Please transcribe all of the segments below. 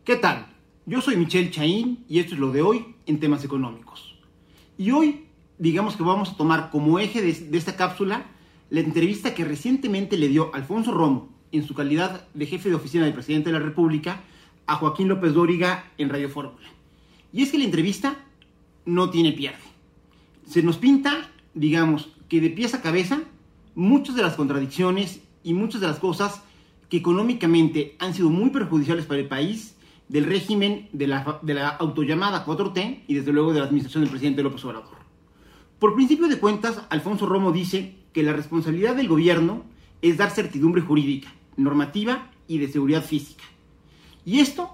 ¿Qué tal? Yo soy Michel Chaín y esto es lo de hoy en temas económicos. Y hoy, digamos que vamos a tomar como eje de esta cápsula la entrevista que recientemente le dio Alfonso Romo, en su calidad de jefe de oficina del presidente de la República, a Joaquín López Dóriga en Radio Fórmula. Y es que la entrevista no tiene pierde. Se nos pinta, digamos, que de pies a cabeza, muchas de las contradicciones y muchas de las cosas que económicamente han sido muy perjudiciales para el país, del régimen de la autollamada 4T y desde luego de la administración del presidente López Obrador. Por principio de cuentas, Alfonso Romo dice que la responsabilidad del gobierno es dar certidumbre jurídica, normativa y de seguridad física. Y esto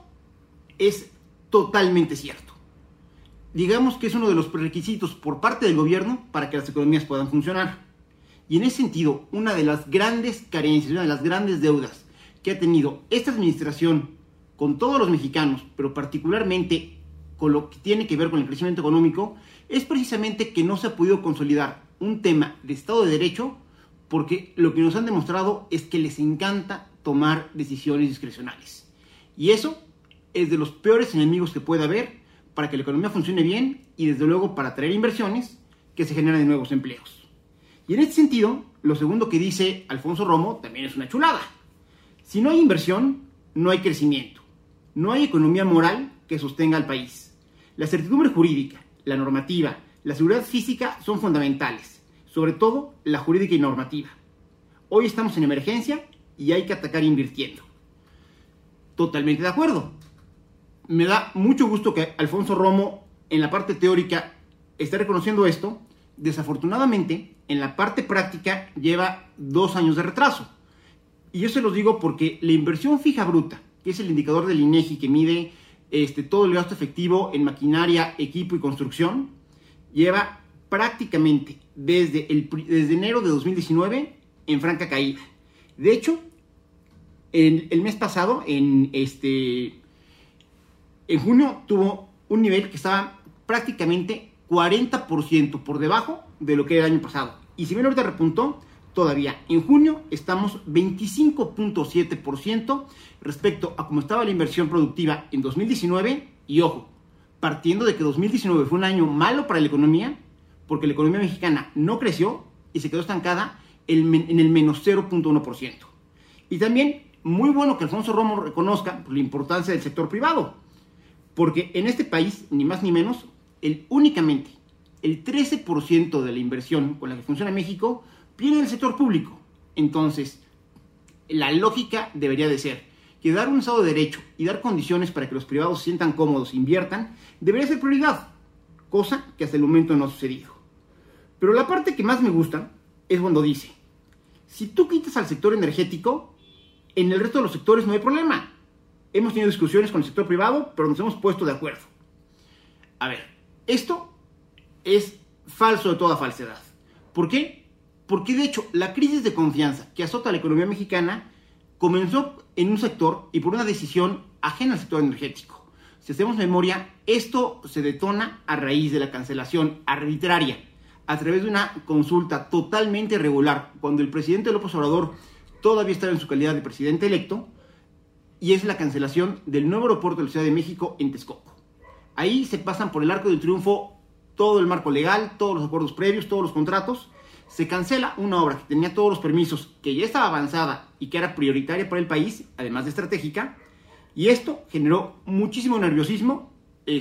es totalmente cierto. Digamos que es uno de los prerequisitos por parte del gobierno para que las economías puedan funcionar. Y en ese sentido, una de las grandes carencias, una de las grandes deudas que ha tenido esta administración con todos los mexicanos, pero particularmente con lo que tiene que ver con el crecimiento económico, es precisamente que no se ha podido consolidar un tema de Estado de Derecho, porque lo que nos han demostrado es que les encanta tomar decisiones discrecionales. Y eso es de los peores enemigos que puede haber para que la economía funcione bien y desde luego para atraer inversiones que se generan de nuevos empleos. Y en este sentido, lo segundo que dice Alfonso Romo también es una chulada. Si no hay inversión, no hay crecimiento. No hay economía moral que sostenga al país. La certidumbre jurídica, la normativa, la seguridad física son fundamentales, sobre todo la jurídica y normativa. Hoy estamos en emergencia y hay que atacar invirtiendo. Totalmente de acuerdo. Me da mucho gusto que Alfonso Romo, en la parte teórica, esté reconociendo esto. Desafortunadamente, en la parte práctica lleva 2 años de retraso. Y yo se los digo porque la inversión fija bruta, que es el indicador del INEGI que mide todo el gasto efectivo en maquinaria, equipo y construcción, lleva prácticamente desde enero de 2019 en franca caída. De hecho, el mes pasado, en junio, tuvo un nivel que estaba prácticamente 40% por debajo de lo que era el año pasado. Y si bien ahorita repuntó, todavía en junio estamos 25.7% respecto a cómo estaba la inversión productiva en 2019. Y ojo, partiendo de que 2019 fue un año malo para la economía, porque la economía mexicana no creció y se quedó estancada en el menos 0.1%. Y también muy bueno que Alfonso Romo reconozca la importancia del sector privado, porque en este país, ni más ni menos, únicamente el 13% de la inversión con la que funciona México viene del sector público. Entonces, la lógica debería de ser que dar un Estado de Derecho y dar condiciones para que los privados se sientan cómodos e inviertan debería ser prioridad, cosa que hasta el momento no ha sucedido. Pero la parte que más me gusta es cuando dice: si tú quitas al sector energético, en el resto de los sectores no hay problema. Hemos tenido discusiones con el sector privado, pero nos hemos puesto de acuerdo. A ver, esto es falso de toda falsedad. ¿Por qué? Porque de hecho la crisis de confianza que azota a la economía mexicana comenzó en un sector y por una decisión ajena al sector energético. Si hacemos memoria, esto se detona a raíz de la cancelación arbitraria a través de una consulta totalmente irregular, cuando el presidente López Obrador todavía estaba en su calidad de presidente electo, y es la cancelación del nuevo aeropuerto de la Ciudad de México en Texcoco. Ahí se pasan por el arco del triunfo todo el marco legal, todos los acuerdos previos, todos los contratos. Se cancela una obra que tenía todos los permisos, que ya estaba avanzada y que era prioritaria para el país, además de estratégica, y esto generó muchísimo nerviosismo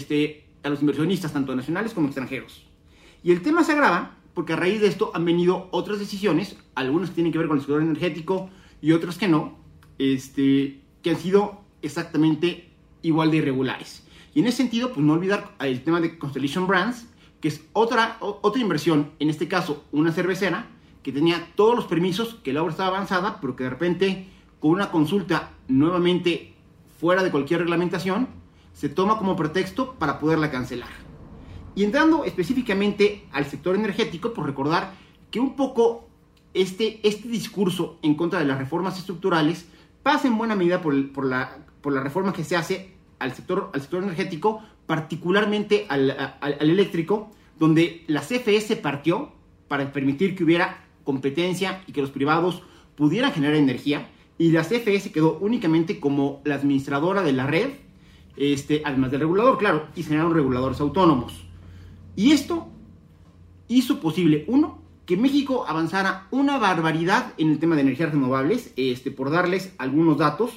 a los inversionistas, tanto nacionales como extranjeros. Y el tema se agrava porque a raíz de esto han venido otras decisiones, algunas que tienen que ver con el sector energético y otras que no, que han sido exactamente igual de irregulares. Y en ese sentido, pues no olvidar el tema de Constellation Brands, que es otra inversión, en este caso una cervecera, que tenía todos los permisos, que la obra estaba avanzada, pero que de repente, con una consulta nuevamente fuera de cualquier reglamentación, se toma como pretexto para poderla cancelar. Y entrando específicamente al sector energético, pues recordar que un poco este discurso en contra de las reformas estructurales pasa en buena medida por la reforma que se hace al sector energético, particularmente al eléctrico, donde la CFE se partió para permitir que hubiera competencia y que los privados pudieran generar energía, y la CFE se quedó únicamente como la administradora de la red además del regulador, claro, y se generaron reguladores autónomos. Y esto hizo posible, uno, que México avanzara una barbaridad en el tema de energías renovables. Por darles algunos datos,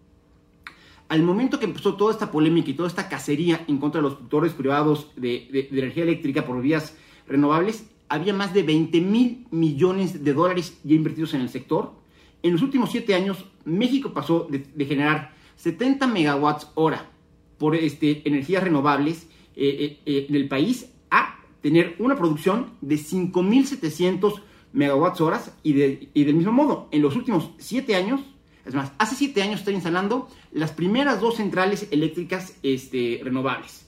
al momento que empezó toda esta polémica y toda esta cacería en contra de los productores privados de energía eléctrica por vías renovables, había más de 20,000 millones de dólares ya invertidos en el sector. En los últimos 7 años, México pasó de generar 70 megawatts hora por energías renovables en el país a tener una producción de 5,700 megawatts horas, y del mismo modo, en los últimos 7 años, es más, hace 7 años están instalando las primeras 2 centrales eléctricas renovables.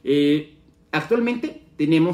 Actualmente tenemos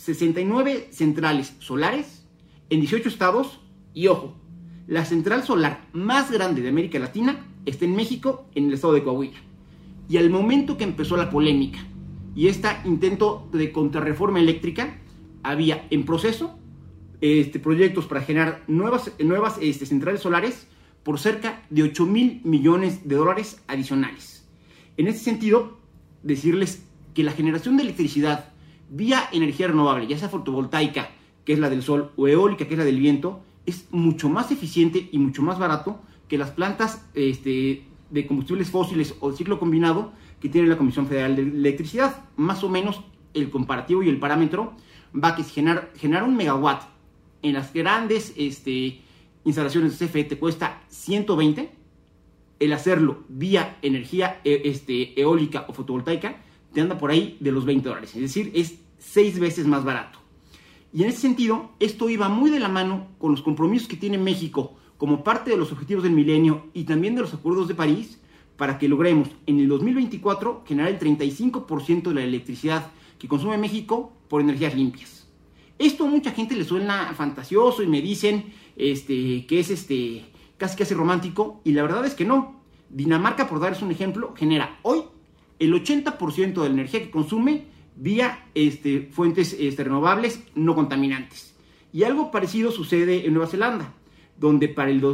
69 centrales solares en 18 estados, y ojo, la central solar más grande de América Latina está en México, en el estado de Coahuila. Y al momento que empezó la polémica y este intento de contrarreforma eléctrica, había en proceso proyectos para generar nuevas centrales solares por cerca de 8,000 millones de dólares adicionales. En este sentido, decirles que la generación de electricidad vía energía renovable, ya sea fotovoltaica, que es la del sol, o eólica, que es la del viento, es mucho más eficiente y mucho más barato que las plantas de combustibles fósiles o de ciclo combinado que tiene la Comisión Federal de Electricidad. Más o menos el comparativo y el parámetro va a que si generar 1 megawatt en las grandes instalaciones de CFE te cuesta 120, el hacerlo vía energía eólica o fotovoltaica te anda por ahí de los $20, es decir, es 6 veces más barato. Y en ese sentido, esto iba muy de la mano con los compromisos que tiene México como parte de los objetivos del milenio y también de los acuerdos de París, para que logremos en el 2024 generar el 35% de la electricidad que consume México por energías limpias. Esto a mucha gente le suena fantasioso y me dicen que es casi romántico, y la verdad es que no. Dinamarca, por darles un ejemplo, genera hoy el 80% de la energía que consume vía fuentes renovables no contaminantes. Y algo parecido sucede en Nueva Zelanda, donde para el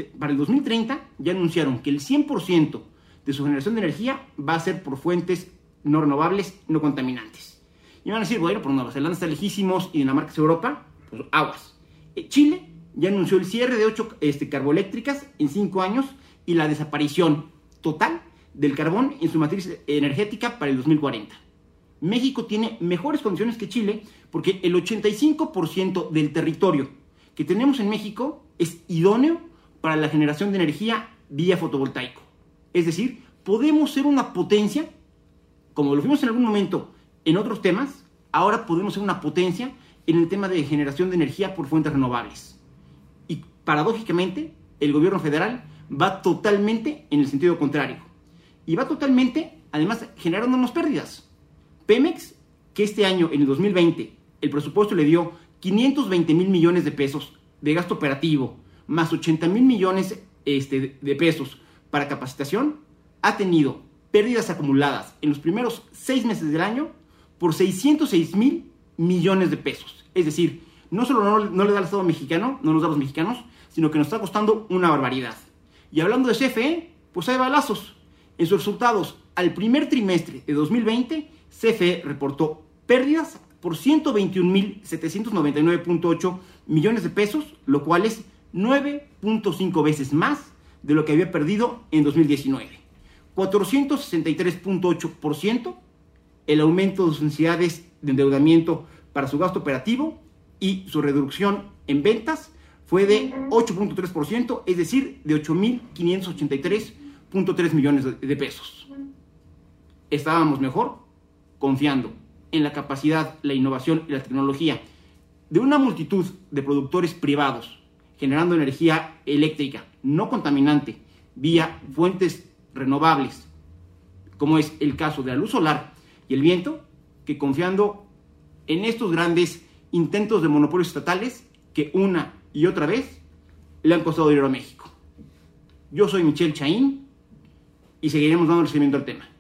2030 ya anunciaron que el 100% de su generación de energía va a ser por fuentes no renovables, no contaminantes. Y van a decir, bueno, pues Nueva Zelanda está lejísimos y Dinamarca es Europa, pues aguas. Chile ya anunció el cierre de 8 carboeléctricas en 5 años y la desaparición total del carbón en su matriz energética para el 2040. México tiene mejores condiciones que Chile porque el 85% del territorio que tenemos en México es idóneo para la generación de energía vía fotovoltaico. Es decir, podemos ser una potencia, como lo fuimos en algún momento en otros temas, ahora podemos ser una potencia en el tema de generación de energía por fuentes renovables. Y paradójicamente, el gobierno federal va totalmente en el sentido contrario. Y va totalmente, además, generándonos pérdidas. Pemex, que este año, en el 2020, el presupuesto le dio 520,000 millones de pesos de gasto operativo, más 80,000 millones de pesos para capacitación, ha tenido pérdidas acumuladas en los primeros 6 meses del año por 606,000 millones de pesos. Es decir, no solo no le da al Estado mexicano, no nos da a los mexicanos, sino que nos está costando una barbaridad. Y hablando de CFE, pues hay balazos. En sus resultados al primer trimestre de 2020, CFE reportó pérdidas por 121,799.8 millones de pesos, lo cual es 9.5 veces más de lo que había perdido en 2019. 463.8% el aumento de sus necesidades de endeudamiento para su gasto operativo, y su reducción en ventas fue de 8.3%, es decir, de 8,583.3 millones de pesos. Estábamos mejor confiando en la capacidad, la innovación y la tecnología de una multitud de productores privados generando energía eléctrica no contaminante vía fuentes renovables, como es el caso de la luz solar y el viento, que confiando en estos grandes intentos de monopolios estatales que una y otra vez le han costado dinero a México. Yo soy Michel Chaín y seguiremos dando seguimiento al tema.